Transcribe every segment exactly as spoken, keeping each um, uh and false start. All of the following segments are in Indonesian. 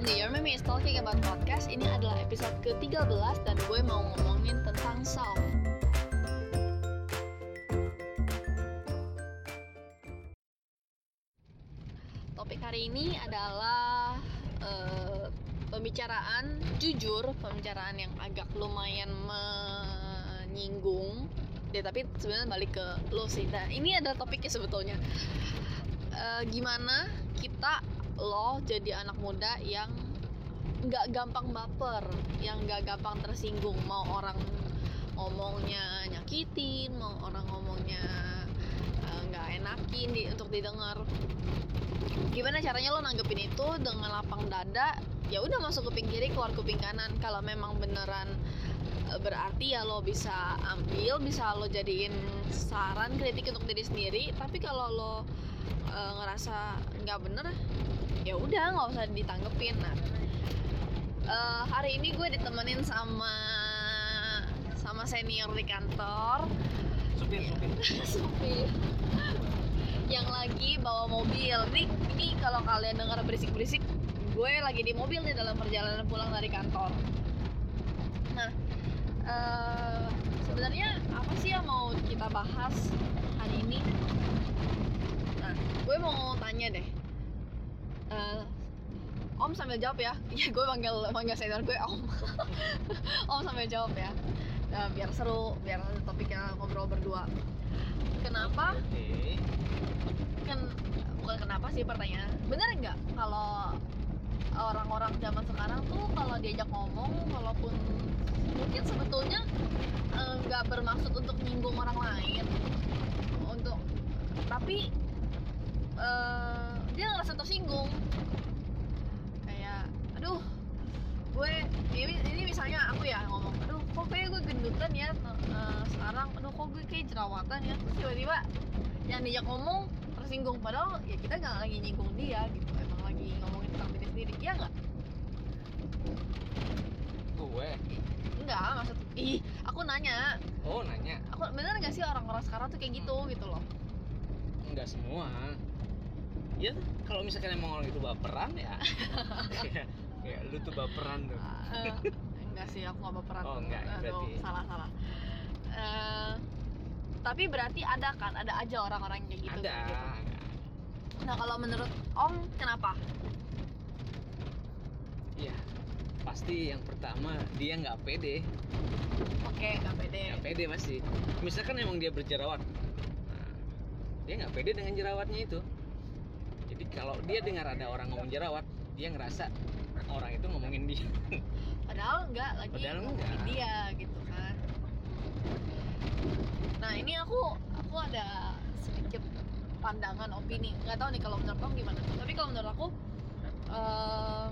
welcome to Your Mimi is Talking About Podcast. Ini adalah episode ke tiga belas dan gue mau ngomongin tentang self. Topik hari ini adalah uh, pembicaraan jujur, pembicaraan yang agak lumayan menyinggung. Ya, tapi sebenarnya balik ke lo sih. Nah, ini adalah topiknya sebetulnya. Uh, gimana kita lo jadi anak muda yang nggak gampang baper, yang nggak gampang tersinggung, mau orang ngomongnya nyakitin, mau orang ngomongnya nggak uh, enakin di, untuk didengar. Gimana caranya lo nanggepin itu dengan lapang dada? Ya udah, masuk kuping kiri, keluar kuping kanan. Kalau memang beneran uh, berarti ya lo bisa ambil, bisa lo jadiin saran, kritik untuk diri sendiri. Tapi kalau lo uh, ngerasa nggak bener, ya udah nggak usah ditanggepin. Nah, uh, hari ini gue ditemenin sama sama senior di kantor, supir supir supir yang lagi bawa mobil. Ini ini kalau kalian dengar berisik-berisik, gue lagi di mobil nih dalam perjalanan pulang dari kantor. Nah, uh, sebenarnya apa sih yang mau kita bahas hari ini? Nah, gue mau tanya deh. Uh, om sambil jawab ya. Iya, gue panggil panggil senior gue Om. Om sambil jawab ya. Uh, biar seru, biar topiknya ngobrol berdua. Kenapa? Okay. Kan bukan kenapa sih pertanyaan. Bener nggak kalau orang-orang zaman sekarang tuh kalau diajak ngomong, walaupun mungkin sebetulnya nggak uh, bermaksud untuk nyinggung orang lain, untuk tapi Uh, dia ngerasa tersinggung, kayak aduh gue ini, ini misalnya aku ya ngomong, aduh kok kayak gue gendutan ya uh, sekarang, aduh kok gue kayak jerawatan ya, terus tiba-tiba yang diajak ngomong tersinggung, padahal ya kita nggak lagi nyinggung dia gitu, emang lagi ngomongin tentang diri sendiri, ya nggak? Gue enggak, maksud ih aku nanya oh nanya aku bener nggak sih orang-orang sekarang tuh kayak gitu gitu loh? Enggak semua. Ya kalau misalkan emang orang itu baperan ya kayak, kayak lu tuh baperan tuh. Uh, enggak sih, aku nggak baperan. Oh enggak, Aduh, berarti salah salah. Uh, tapi berarti ada kan, ada aja orang-orang kayak gitu. Ada. Gitu. Nah, kalau menurut Om kenapa? Iya, pasti yang pertama dia nggak pede. Oke, nggak pede. Nggak pede pasti. Misalkan emang dia berjerawat, nah, dia nggak pede dengan jerawatnya itu. Jadi kalau dia dengar ada orang ngomong jerawat, dia ngerasa orang itu ngomongin dia. Padahal enggak lagi Padahal ngomongin enggak. dia gitu kan. Nah, ini aku aku ada sedikit pandangan, opini. Nggak tahu nih kalau menurut Om gimana. Tapi kalau menurut aku uh,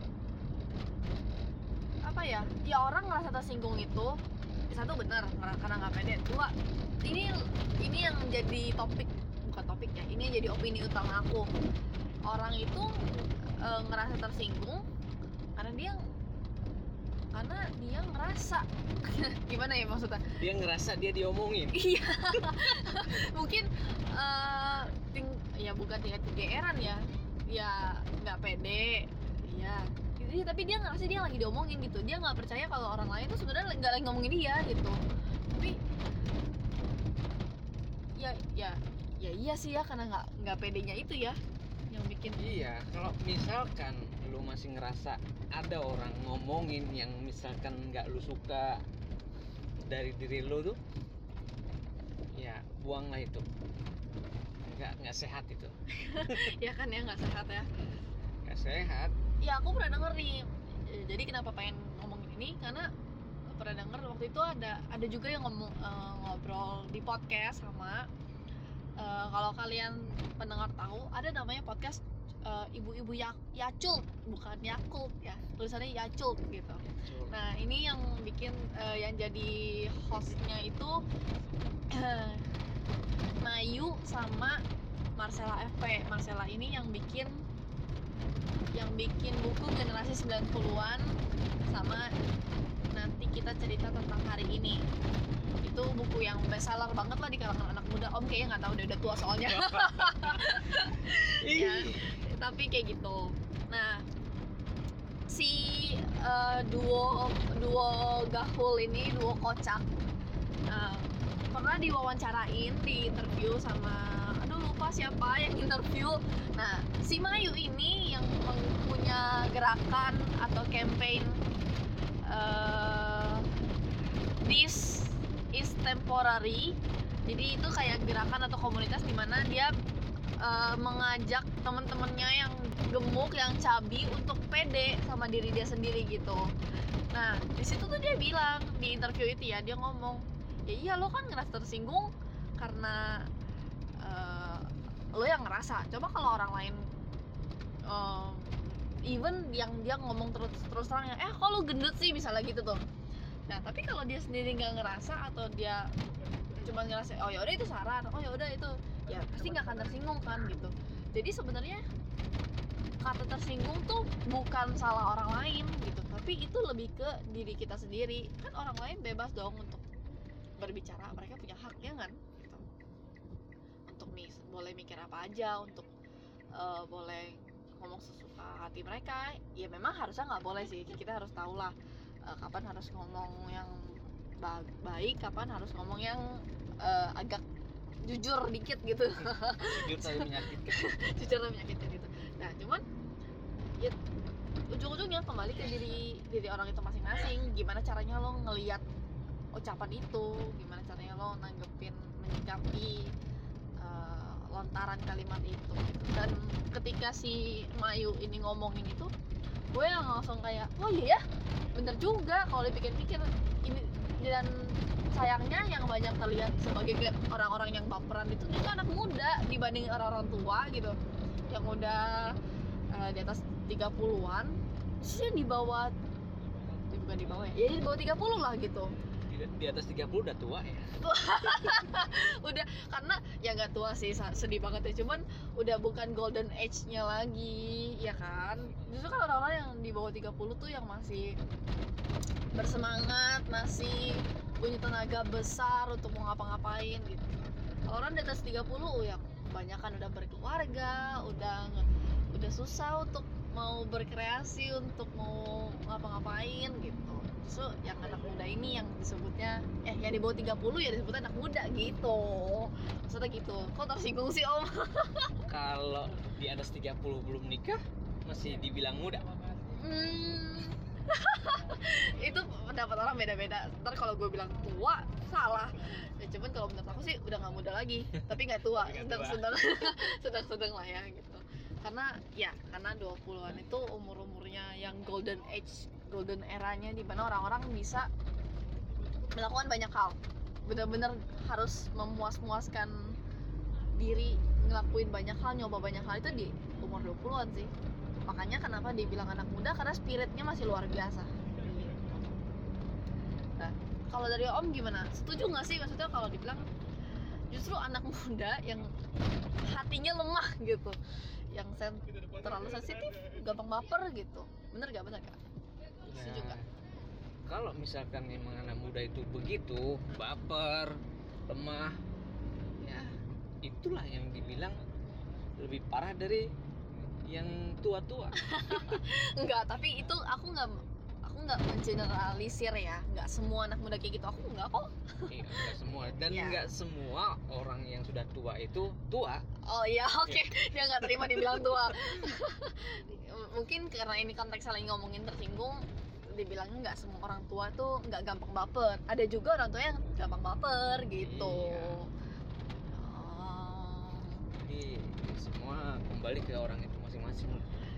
apa ya? Ya orang ngerasa tersinggung itu satu benar karena nggak pede. Dua, ini ini yang jadi topik, bukan topik ya. Ini yang jadi opini utama aku. Orang itu e, ngerasa tersinggung karena dia karena dia ngerasa gimana ya maksudnya? Dia ngerasa dia diomongin. Iya. Mungkin uh, ting ya bukan tingkat kegeeran ya. Ya nggak pede. Iya. Jadi tapi dia ngerasa dia lagi diomongin gitu. Dia nggak percaya kalau orang lain tuh sebenarnya nggak lagi ngomongin dia gitu. Tapi ya ya ya iya sih ya, karena nggak nggak pedenya itu ya yang bikin. Iya, kalau misalkan lu masih ngerasa ada orang ngomongin yang misalkan nggak lu suka dari diri lu tuh, ya buanglah itu. Nggak nggak sehat itu. Ya kan ya, nggak sehat ya. Nggak sehat. Ya aku pernah denger nih. Jadi kenapa pengen ngomongin ini? Karena pernah denger waktu itu ada ada juga yang ngomong uh, ngobrol di podcast sama uh, kalau kalian pendengar tahu, ada namanya podcast uh, ibu-ibu ya- Yakult, bukan Yakult ya, tulisannya Yakult gitu. Nah, ini yang bikin uh, yang jadi hostnya itu Mayu sama Marcella F P. Marcella ini yang bikin yang bikin buku generasi sembilan puluhan sama nanti kita cerita tentang hari ini. Itu buku yang bestseller banget lah di kalangan anak muda. Om kayaknya nggak tahu, udah udah tua soalnya. Ya, tapi kayak gitu. Nah, si uh, duo duo gahul ini, duo kocak, uh, pernah diwawancarain di interview sama, aduh lupa siapa yang interview. Nah, si Mayu ini yang punya gerakan atau campaign uh, this is temporary. Jadi itu kayak gerakan atau komunitas di mana dia uh, mengajak teman-temannya yang gemuk, yang cabi untuk pede sama diri dia sendiri gitu. Nah, di situ tuh dia bilang di interview itu ya, dia ngomong, ya iya lo kan ngerasa tersinggung karena uh, lo yang ngerasa. Coba kalau orang lain, uh, even yang dia ngomong terus terus terang, eh kok lo gendut sih misalnya gitu tuh. Nah, tapi kalau dia sendiri nggak ngerasa atau dia cuma ngerasa, oh ya udah itu saran, oh ya udah itu, ya pasti nggak akan tersinggung kan gitu. Jadi sebenarnya kata tersinggung tuh bukan salah orang lain gitu, tapi itu lebih ke diri kita sendiri. Kan orang lain bebas dong untuk berbicara, mereka punya hak ya kan gitu. Untuk mis boleh mikir apa aja, untuk uh, boleh ngomong sesuka hati mereka. Ya memang harusnya nggak boleh sih, kita harus tahu lah uh, kapan harus ngomong yang ba- baik, kapan harus ngomong yang uh, agak jujur dikit gitu. Jujur tapi menyakitkan. Jujur tapi menyakitkan gitu. Nah, cuman ya ujung-ujungnya kembali ke diri diri orang itu masing-masing. Gimana caranya lo ngelihat ucapan itu, gimana caranya lo nanggepin, menyikapi uh, lontaran kalimat itu. Dan ketika si Mayu ini ngomongin itu, gue yang langsung kayak, oh iya ya, bener juga kalau dipikir-pikir ini. Dan sayangnya yang banyak terlihat sebagai orang-orang yang baperan itu itu anak muda dibanding orang-orang tua gitu, yang udah uh, di atas tiga puluhan, sih di bawah, bukan di bawah ya, ya di bawah tiga puluh lah gitu. Di, di atas tiga puluh udah tua ya. Udah, karena ya nggak tua sih, sedih banget ya, cuman udah bukan golden age-nya lagi, ya kan. Justru kan orang-orang yang di bawah tiga puluh tuh yang masih bersemangat, masih punya tenaga besar untuk mau ngapa-ngapain gitu. Kalau orang di atas tiga puluh ya kebanyakan udah berkeluarga, udah udah susah untuk mau berkreasi, untuk mau ngapa-ngapain gitu. So, yang anak muda ini yang disebutnya, eh yang di bawah tiga puluh ya disebutnya anak muda gitu. Maksudnya gitu. Kok tersinggung sih Om? Kalau di atas tiga puluh belum nikah masih dibilang muda. Hmm. Itu pendapat orang beda-beda. Ntar kalau gue bilang tua salah ya, cuman kalau menurut aku sih udah nggak muda lagi, tapi nggak tua, sedang-sedang sedang-sedang lah ya gitu. Karena ya karena dua puluhan itu umur-umurnya yang golden age, golden eranya di mana orang-orang bisa melakukan banyak hal, benar-benar harus memuas-muaskan diri, ngelakuin banyak hal, nyoba banyak hal itu di umur dua puluhan sih. Makanya kenapa dibilang anak muda, karena spiritnya masih luar biasa. Nah, kalau dari Om gimana? Setuju nggak sih maksudnya kalau dibilang justru anak muda yang hatinya lemah gitu, yang sen- terlalu sensitif, gampang baper gitu? Bener gak? Bener gak? Setuju Nah, gak? kalau misalkan emang anak muda itu begitu, baper, lemah, ya itulah yang dibilang lebih parah dari yang tua-tua. Enggak, tapi itu aku nggak aku nggak mengeneralisir ya, nggak semua anak muda kayak gitu, aku nggak kok. Iya, nggak semua, dan Ya. nggak semua orang yang sudah tua itu tua. Oh iya, oke, okay. Dia nggak terima dibilang tua. Mungkin karena ini konteksnya lagi ngomongin tersinggung, dibilangnya nggak semua orang tua tuh nggak gampang baper. Ada juga orang tua yang gampang baper gitu. Iya. Oh. Jadi semua kembali ke orang itu masing-masing.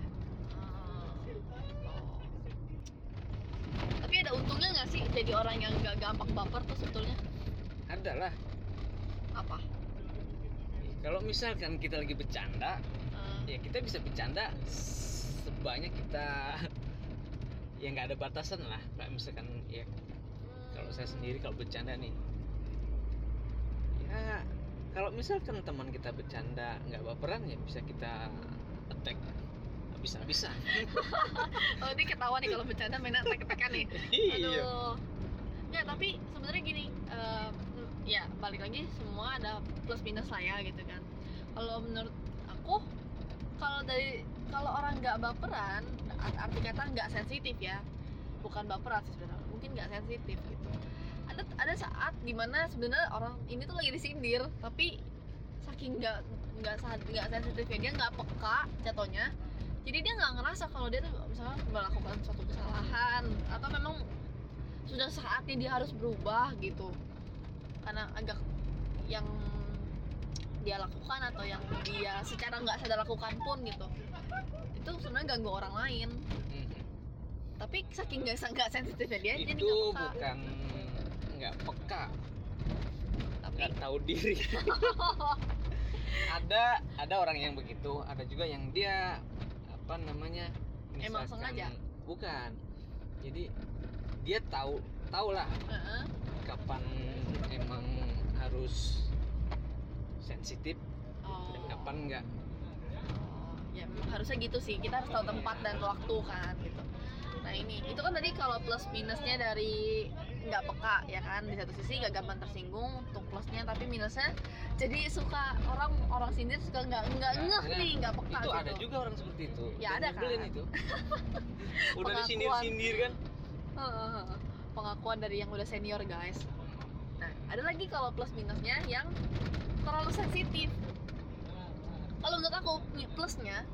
Tapi ada untungnya nggak sih jadi orang yang nggak gampang baper tuh sebetulnya? Ada lah. Apa? Kalau misalkan kita lagi bercanda, Uh, ya kita bisa bercanda sebanyak kita ya nggak ada batasan lah. Kayak misalkan ya kalau saya sendiri kalau bercanda nih, ya kalau misalkan teman kita bercanda nggak baperan ya bisa kita attack habis-habisan. Oh, ini ketawa nih kalau bercanda main attack-attackan nih. Iya. Aduh. Ya, tapi sebenarnya gini, uh, ya balik lagi semua ada plus minus lah ya gitu kan. Kalau menurut aku, kalau dari kalau orang nggak baperan, arti kata nggak sensitif ya, bukan baperan sih sebenarnya, mungkin nggak sensitif gitu. Ada ada saat dimana sebenarnya orang ini tuh lagi disindir, tapi saking nggak nggak nggak sensitifnya dia nggak peka jatuhnya, jadi dia nggak ngerasa kalau dia tuh misalnya melakukan suatu kesalahan atau memang sudah saatnya dia harus berubah gitu, karena agak yang dia lakukan atau yang dia secara nggak sadar lakukan pun gitu, itu sebenarnya ganggu orang lain. Mm-mm. Tapi saking nggak nggak sensitifnya dia, jadi Itu nggak peka. bukan nggak peka, Tapi nggak tahu diri. ada ada orang yang begitu, ada juga yang dia apa namanya Emang misalkan- sengaja? bukan, jadi dia tahu tahu lah Heeh. kapan emang harus sensitif Oh. dan kapan enggak. Oh, ya memang harusnya gitu sih, kita harus tahu tempat dan waktu kan gitu. Nah ini itu kan tadi kalau plus minusnya dari nggak peka ya kan, di satu sisi nggak gampang tersinggung untuk plusnya, tapi minusnya jadi suka orang orang sindir suka nggak nggak Nah, ngeh nah, nih, nggak peka itu gitu. ada juga orang seperti itu. Ya, Dan ada nyebelin kan. itu. Udah Pengakuan. disindir-sindir kan. Heeh, pengakuan dari yang udah senior guys. Nah ada lagi kalau plus minusnya yang terlalu sensitif. Kalau menurut aku plusnya,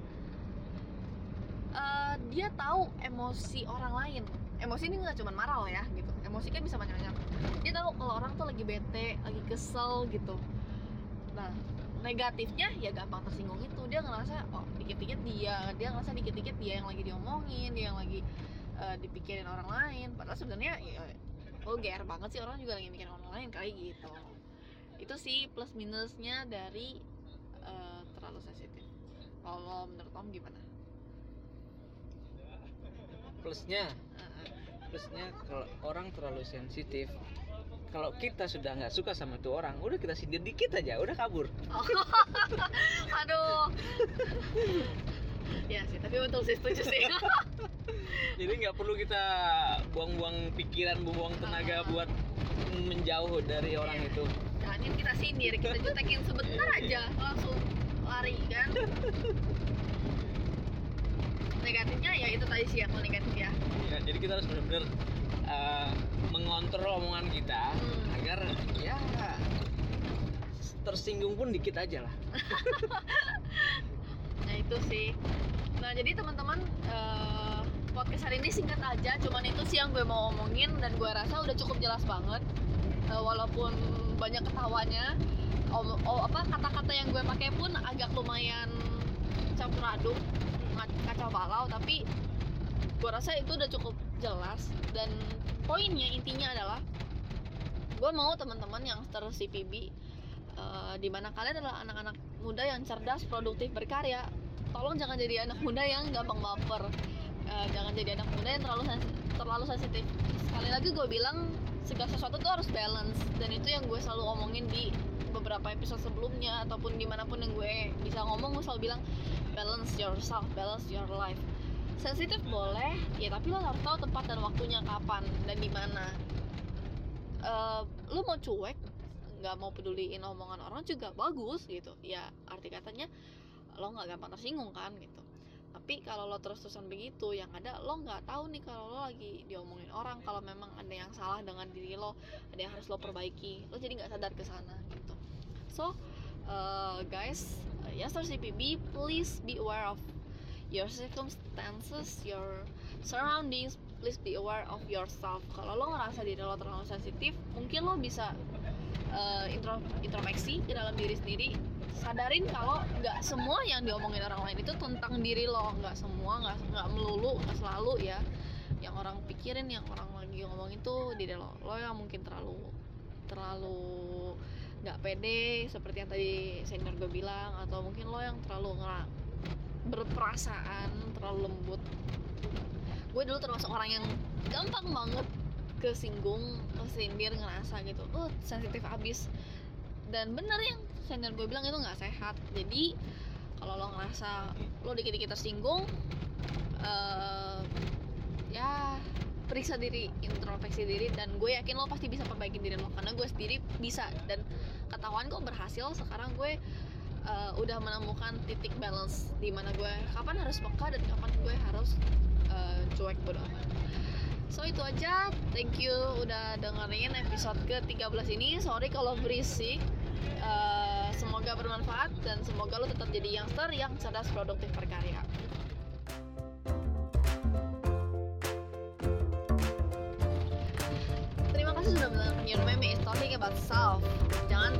uh, dia tahu emosi orang lain. Emosi ini nggak cuma marah loh ya gitu, emosi kan bisa banyak-banyak. Dia tahu kalau orang tuh lagi bete, lagi kesel gitu. Nah negatifnya ya gampang tersinggung itu, dia ngerasa oh dikit-dikit dia dia ngerasa dikit-dikit dia yang lagi diomongin, dia yang lagi uh, dipikirin orang lain, padahal sebenarnya ya, oh G R banget sih, orang juga lagi mikirin orang lain kali gitu. Itu sih plus minusnya dari uh, terlalu sensitif. Kalau menurut Om gimana? Plusnya, Uh, plusnya kalau orang terlalu sensitif, kalau kita sudah nggak suka sama itu orang, udah kita sindir dikit aja, udah kabur. oh. Aduh. Ya sih, tapi betul sih, setuju sih. Jadi nggak perlu kita buang-buang pikiran, buang tenaga buat menjauh dari orang Iya. itu. Jangan kita sindir, kita jutekin sebentar aja langsung lari kan. Negatifnya ya itu tadi sih, yang negatif ya. Ya, jadi kita harus benar-benar uh, mengontrol omongan kita Hmm. agar ya tersinggung pun dikit aja lah. Nah itu sih. Nah jadi teman-teman, uh, podcast hari ini singkat aja, cuman itu sih yang gue mau omongin dan gue rasa udah cukup jelas banget. Uh, walaupun banyak ketawanya, oh, oh, apa kata-kata yang gue pakai pun agak lumayan campur aduk, kacau balau, tapi gue rasa itu udah cukup jelas. Dan poinnya, intinya adalah gue mau teman-teman yang terus C P B, uh, dimana kalian adalah anak-anak muda yang cerdas, produktif, berkarya, tolong jangan jadi anak muda yang gampang baper, uh, jangan jadi anak muda yang terlalu sens- terlalu sensitif. Sekali lagi gue bilang segala sesuatu tuh harus balance, dan itu yang gue selalu omongin di beberapa episode sebelumnya ataupun dimanapun yang gue bisa ngomong, gue selalu bilang balance yourself, balance your life. Sensitif boleh ya, tapi lo harus tahu tempat dan waktunya kapan dan di mana. Uh, lo mau cuek, nggak mau peduliin omongan orang juga bagus gitu ya, arti katanya lo nggak gampang tersinggung kan gitu. Tapi kalau lo terus-terusan begitu, yang ada lo nggak tahu nih kalau lo lagi diomongin orang, kalau memang ada yang salah dengan diri lo, ada yang harus lo perbaiki, lo jadi nggak sadar ke sana gitu. So uh, guys, uh, Youngster C P B, please be aware of your circumstances, your surroundings. Please be aware of yourself. Kalau lo ngerasa diri lo terlalu sensitif, mungkin lo bisa uh, intro, introspeksi ke dalam diri sendiri. Sadarin kalau nggak semua yang diomongin orang lain itu tentang diri lo, nggak semua, nggak nggak melulu, nggak selalu ya. Yang orang pikirin, yang orang lagi ngomongin tuh diri lo. Lo yang mungkin terlalu terlalu nggak pede seperti yang tadi senior gue bilang, atau mungkin lo yang terlalu nggak berperasaan, terlalu lembut. Gue dulu termasuk orang yang gampang banget kesinggung, kesindir, ngerasa gitu, uh sensitif abis. Dan bener yang senior gue bilang itu nggak sehat. Jadi kalau lo ngerasa lo dikit-dikit tersinggung, uh, ya periksa diri, introspeksi diri, dan gue yakin lo pasti bisa perbaikin diri lo, karena gue sendiri bisa dan ketahuan kok berhasil. Sekarang gue uh, udah menemukan titik balance di mana gue kapan harus peka dan kapan gue harus uh, cuek bodo amat. So itu aja, thank you udah dengerin episode ke tiga belas ini. Sorry kalau berisik, uh, semoga bermanfaat dan semoga lo tetap jadi youngster yang cerdas, produktif, berkarya. Terima kasih sudah mendengarkan Your Meme is Talking About Self. Jangan